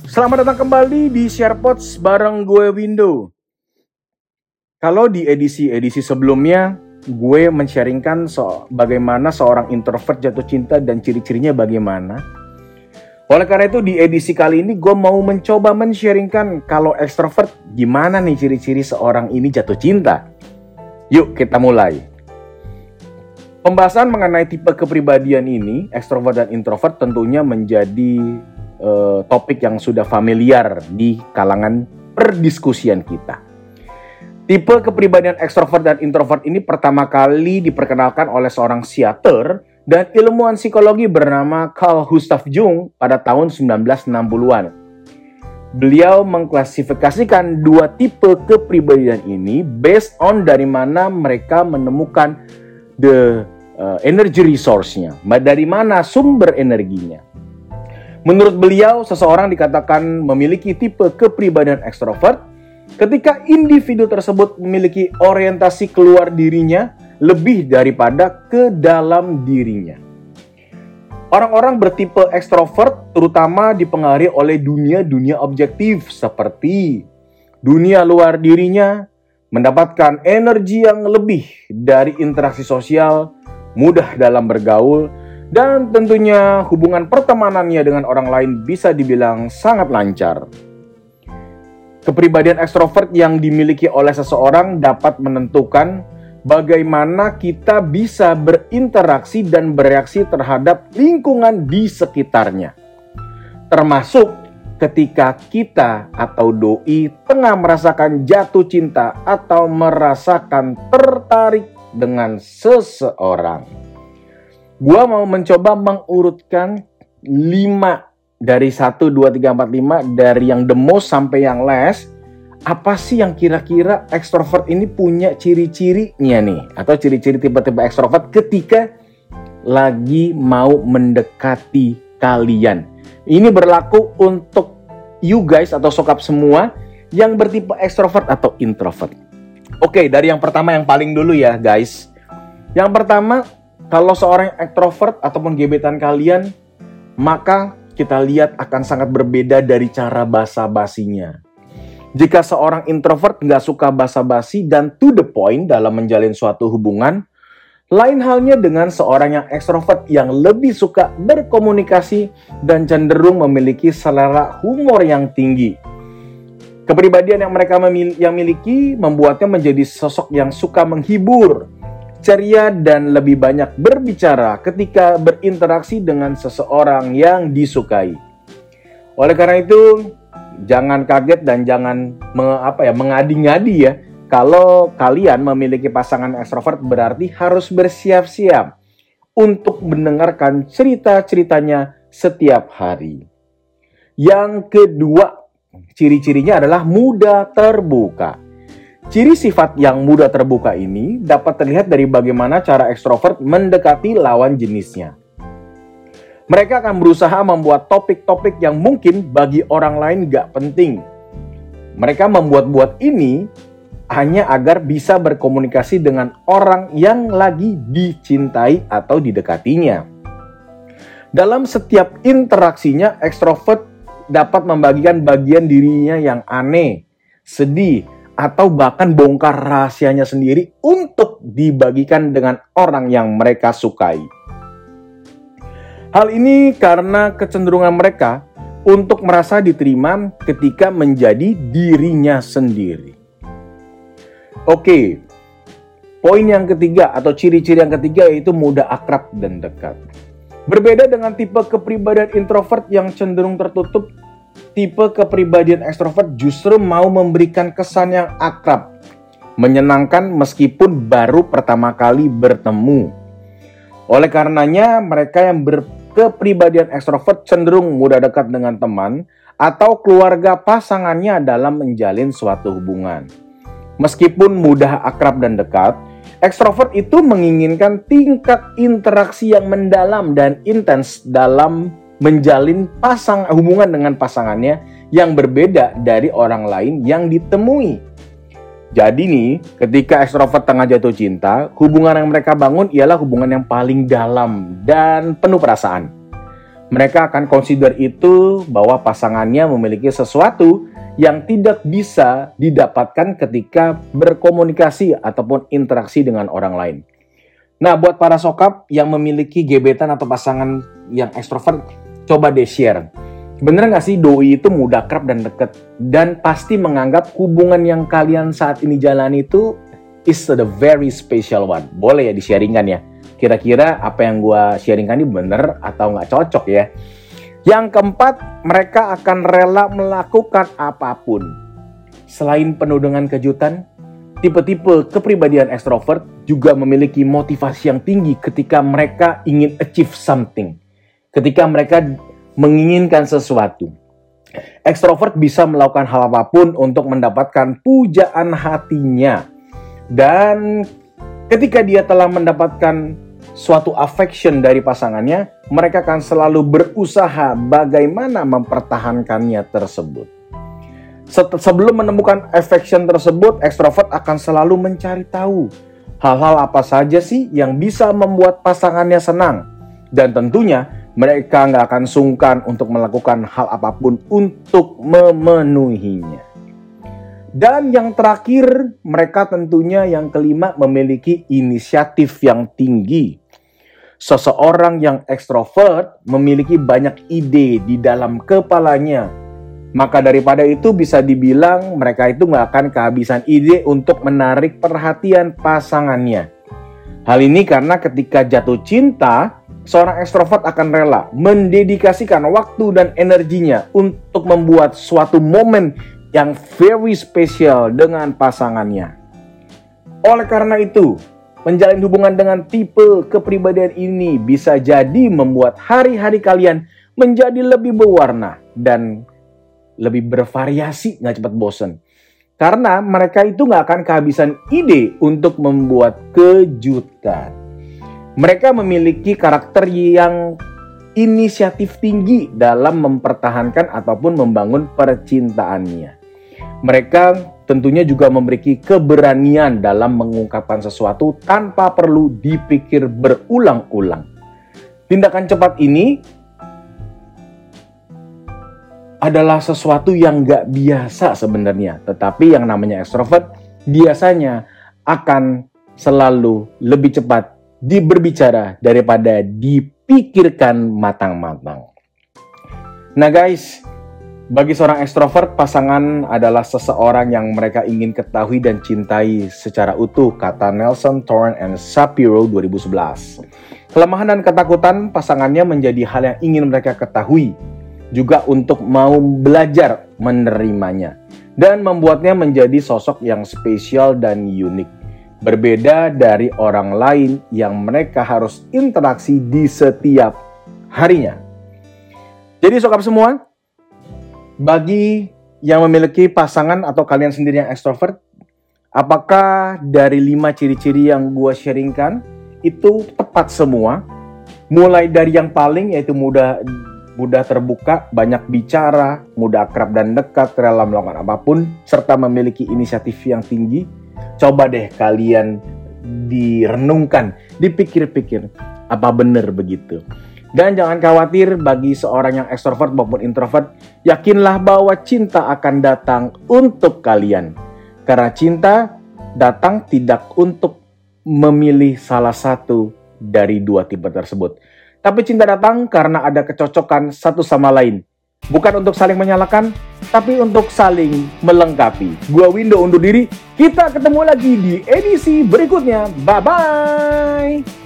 Selamat datang kembali di SharePods bareng gue Window. Kalau di edisi sebelumnya, gue men-sharingkan bagaimana seorang introvert jatuh cinta dan ciri-cirinya bagaimana. Oleh karena itu di edisi kali ini gue mau mencoba men-sharingkan kalau ekstrovert gimana nih ciri-ciri seorang ini jatuh cinta. Yuk kita mulai. Pembahasan mengenai tipe kepribadian ini, ekstrovert dan introvert tentunya menjadi topik yang sudah familiar di kalangan perdiskusian kita. Tipe kepribadian ekstrovert dan introvert ini pertama kali diperkenalkan oleh seorang psikiater dan ilmuwan psikologi bernama Carl Gustav Jung pada tahun 1960-an. Beliau mengklasifikasikan dua tipe kepribadian ini based on dari mana mereka menemukan energy resource-nya, dari mana sumber energinya. Menurut beliau, seseorang dikatakan memiliki tipe kepribadian ekstrovert ketika individu tersebut memiliki orientasi keluar dirinya lebih daripada ke dalam dirinya. Orang-orang bertipe ekstrovert terutama dipengaruhi oleh dunia objektif seperti dunia luar dirinya, mendapatkan energi yang lebih dari interaksi sosial, mudah dalam bergaul, dan tentunya hubungan pertemanannya dengan orang lain bisa dibilang sangat lancar. Kepribadian ekstrovert yang dimiliki oleh seseorang dapat menentukan bagaimana kita bisa berinteraksi dan bereaksi terhadap lingkungan di sekitarnya. Termasuk ketika kita atau doi tengah merasakan jatuh cinta atau merasakan tertarik dengan seseorang. Gua mau mencoba mengurutkan 5 dari 1, 2, 3, 4, 5 dari yang the most sampai yang less. Apa sih yang kira-kira ekstrovert ini punya ciri-cirinya nih? Atau ciri-ciri tipe-tipe ekstrovert ketika lagi mau mendekati kalian. Ini berlaku untuk you guys atau sokap semua yang bertipe ekstrovert atau introvert. Oke, dari yang pertama yang paling dulu ya guys. Yang pertama, kalau seorang ekstrovert ataupun gebetan kalian, maka kita lihat akan sangat berbeda dari cara basa-basinya. Jika seorang introvert nggak suka basa-basi dan to the point dalam menjalin suatu hubungan, lain halnya dengan seorang yang ekstrovert yang lebih suka berkomunikasi dan cenderung memiliki selera humor yang tinggi. Kepribadian yang mereka miliki membuatnya menjadi sosok yang suka menghibur, ceria dan lebih banyak berbicara ketika berinteraksi dengan seseorang yang disukai. Oleh karena itu, jangan kaget dan jangan mengadi-ngadi ya. Kalau kalian memiliki pasangan ekstrovert berarti harus bersiap-siap untuk mendengarkan cerita-ceritanya setiap hari. Yang kedua, ciri-cirinya adalah mudah terbuka. Ciri sifat yang mudah terbuka ini dapat terlihat dari bagaimana cara ekstrovert mendekati lawan jenisnya. Mereka akan berusaha membuat topik-topik yang mungkin bagi orang lain gak penting. Mereka membuat-buat ini hanya agar bisa berkomunikasi dengan orang yang lagi dicintai atau didekatinya. Dalam setiap interaksinya, ekstrovert dapat membagikan bagian dirinya yang aneh, sedih, atau bahkan bongkar rahasianya sendiri untuk dibagikan dengan orang yang mereka sukai. Hal ini karena kecenderungan mereka untuk merasa diterima ketika menjadi dirinya sendiri. Oke, poin yang ketiga atau ciri-ciri yang ketiga yaitu mudah akrab dan dekat. Berbeda dengan tipe kepribadian introvert yang cenderung tertutup, tipe kepribadian ekstrovert justru mau memberikan kesan yang akrab, menyenangkan meskipun baru pertama kali bertemu. Oleh karenanya, mereka yang berkepribadian ekstrovert cenderung mudah dekat dengan teman atau keluarga pasangannya dalam menjalin suatu hubungan. Meskipun mudah akrab dan dekat, ekstrovert itu menginginkan tingkat interaksi yang mendalam dan intens dalam menjalin hubungan dengan pasangannya yang berbeda dari orang lain yang ditemui. Jadi nih, ketika ekstrovert tengah jatuh cinta, hubungan yang mereka bangun ialah hubungan yang paling dalam dan penuh perasaan. Mereka akan consider itu bahwa pasangannya memiliki sesuatu yang tidak bisa didapatkan ketika berkomunikasi ataupun interaksi dengan orang lain. Nah, buat para sokap yang memiliki gebetan atau pasangan yang ekstrovert, coba deh share. Bener nggak sih doi itu mudah akrab dan deket? Dan pasti menganggap hubungan yang kalian saat ini jalani itu is the very special one. Boleh ya di-sharingkan ya. Kira-kira apa yang gue sharingkan ini bener atau nggak cocok ya. Yang keempat, mereka akan rela melakukan apapun. Selain penuh dengan kejutan, tipe-tipe kepribadian ekstrovert juga memiliki motivasi yang tinggi ketika mereka ingin achieve something. Ketika mereka menginginkan sesuatu. Ekstrovert bisa melakukan hal apapun untuk mendapatkan pujaan hatinya. Dan ketika dia telah mendapatkan suatu affection dari pasangannya, mereka akan selalu berusaha bagaimana mempertahankannya tersebut. Sebelum menemukan affection tersebut, ekstrovert akan selalu mencari tahu hal-hal apa saja sih yang bisa membuat pasangannya senang. Dan tentunya mereka nggak akan sungkan untuk melakukan hal apapun untuk memenuhinya. Dan yang terakhir, mereka tentunya yang kelima memiliki inisiatif yang tinggi. Seseorang yang ekstrovert memiliki banyak ide di dalam kepalanya. Maka daripada itu bisa dibilang mereka itu nggak akan kehabisan ide untuk menarik perhatian pasangannya. Hal ini karena ketika jatuh cinta, seorang ekstrovert akan rela mendedikasikan waktu dan energinya untuk membuat suatu momen yang very special dengan pasangannya. Oleh karena itu, menjalin hubungan dengan tipe kepribadian ini bisa jadi membuat hari-hari kalian menjadi lebih berwarna dan lebih bervariasi, nggak cepat bosan. Karena mereka itu nggak akan kehabisan ide untuk membuat kejutan. Mereka memiliki karakter yang inisiatif tinggi dalam mempertahankan ataupun membangun percintaannya. Mereka tentunya juga memiliki keberanian dalam mengungkapkan sesuatu tanpa perlu dipikir berulang-ulang. Tindakan cepat ini adalah sesuatu yang gak biasa sebenarnya. Tetapi yang namanya ekstrovert biasanya akan selalu lebih cepat berbicara daripada dipikirkan matang-matang. Nah guys, bagi seorang ekstrovert, pasangan adalah seseorang yang mereka ingin ketahui dan cintai secara utuh, kata Nelson, Thorne, and Shapiro 2011. Kelemahan dan ketakutan pasangannya menjadi hal yang ingin mereka ketahui, juga untuk mau belajar menerimanya, dan membuatnya menjadi sosok yang spesial dan unik. Berbeda dari orang lain yang mereka harus interaksi di setiap harinya. Jadi sokap semua, bagi yang memiliki pasangan atau kalian sendiri yang ekstrovert, apakah dari 5 ciri-ciri yang gue sharingkan itu tepat semua? Mulai dari yang paling yaitu mudah terbuka, banyak bicara, mudah akrab dan dekat, rela melakukan apapun, serta memiliki inisiatif yang tinggi. Coba deh kalian direnungkan, dipikir-pikir, apa benar begitu? Dan jangan khawatir bagi seorang yang ekstrovert maupun introvert, yakinlah bahwa cinta akan datang untuk kalian. Karena cinta datang tidak untuk memilih salah satu dari dua tipe tersebut. Tapi cinta datang karena ada kecocokan satu sama lain. Bukan untuk saling menyalahkan, tapi untuk saling melengkapi. Gua Window undur diri, kita ketemu lagi di edisi berikutnya. Bye-bye!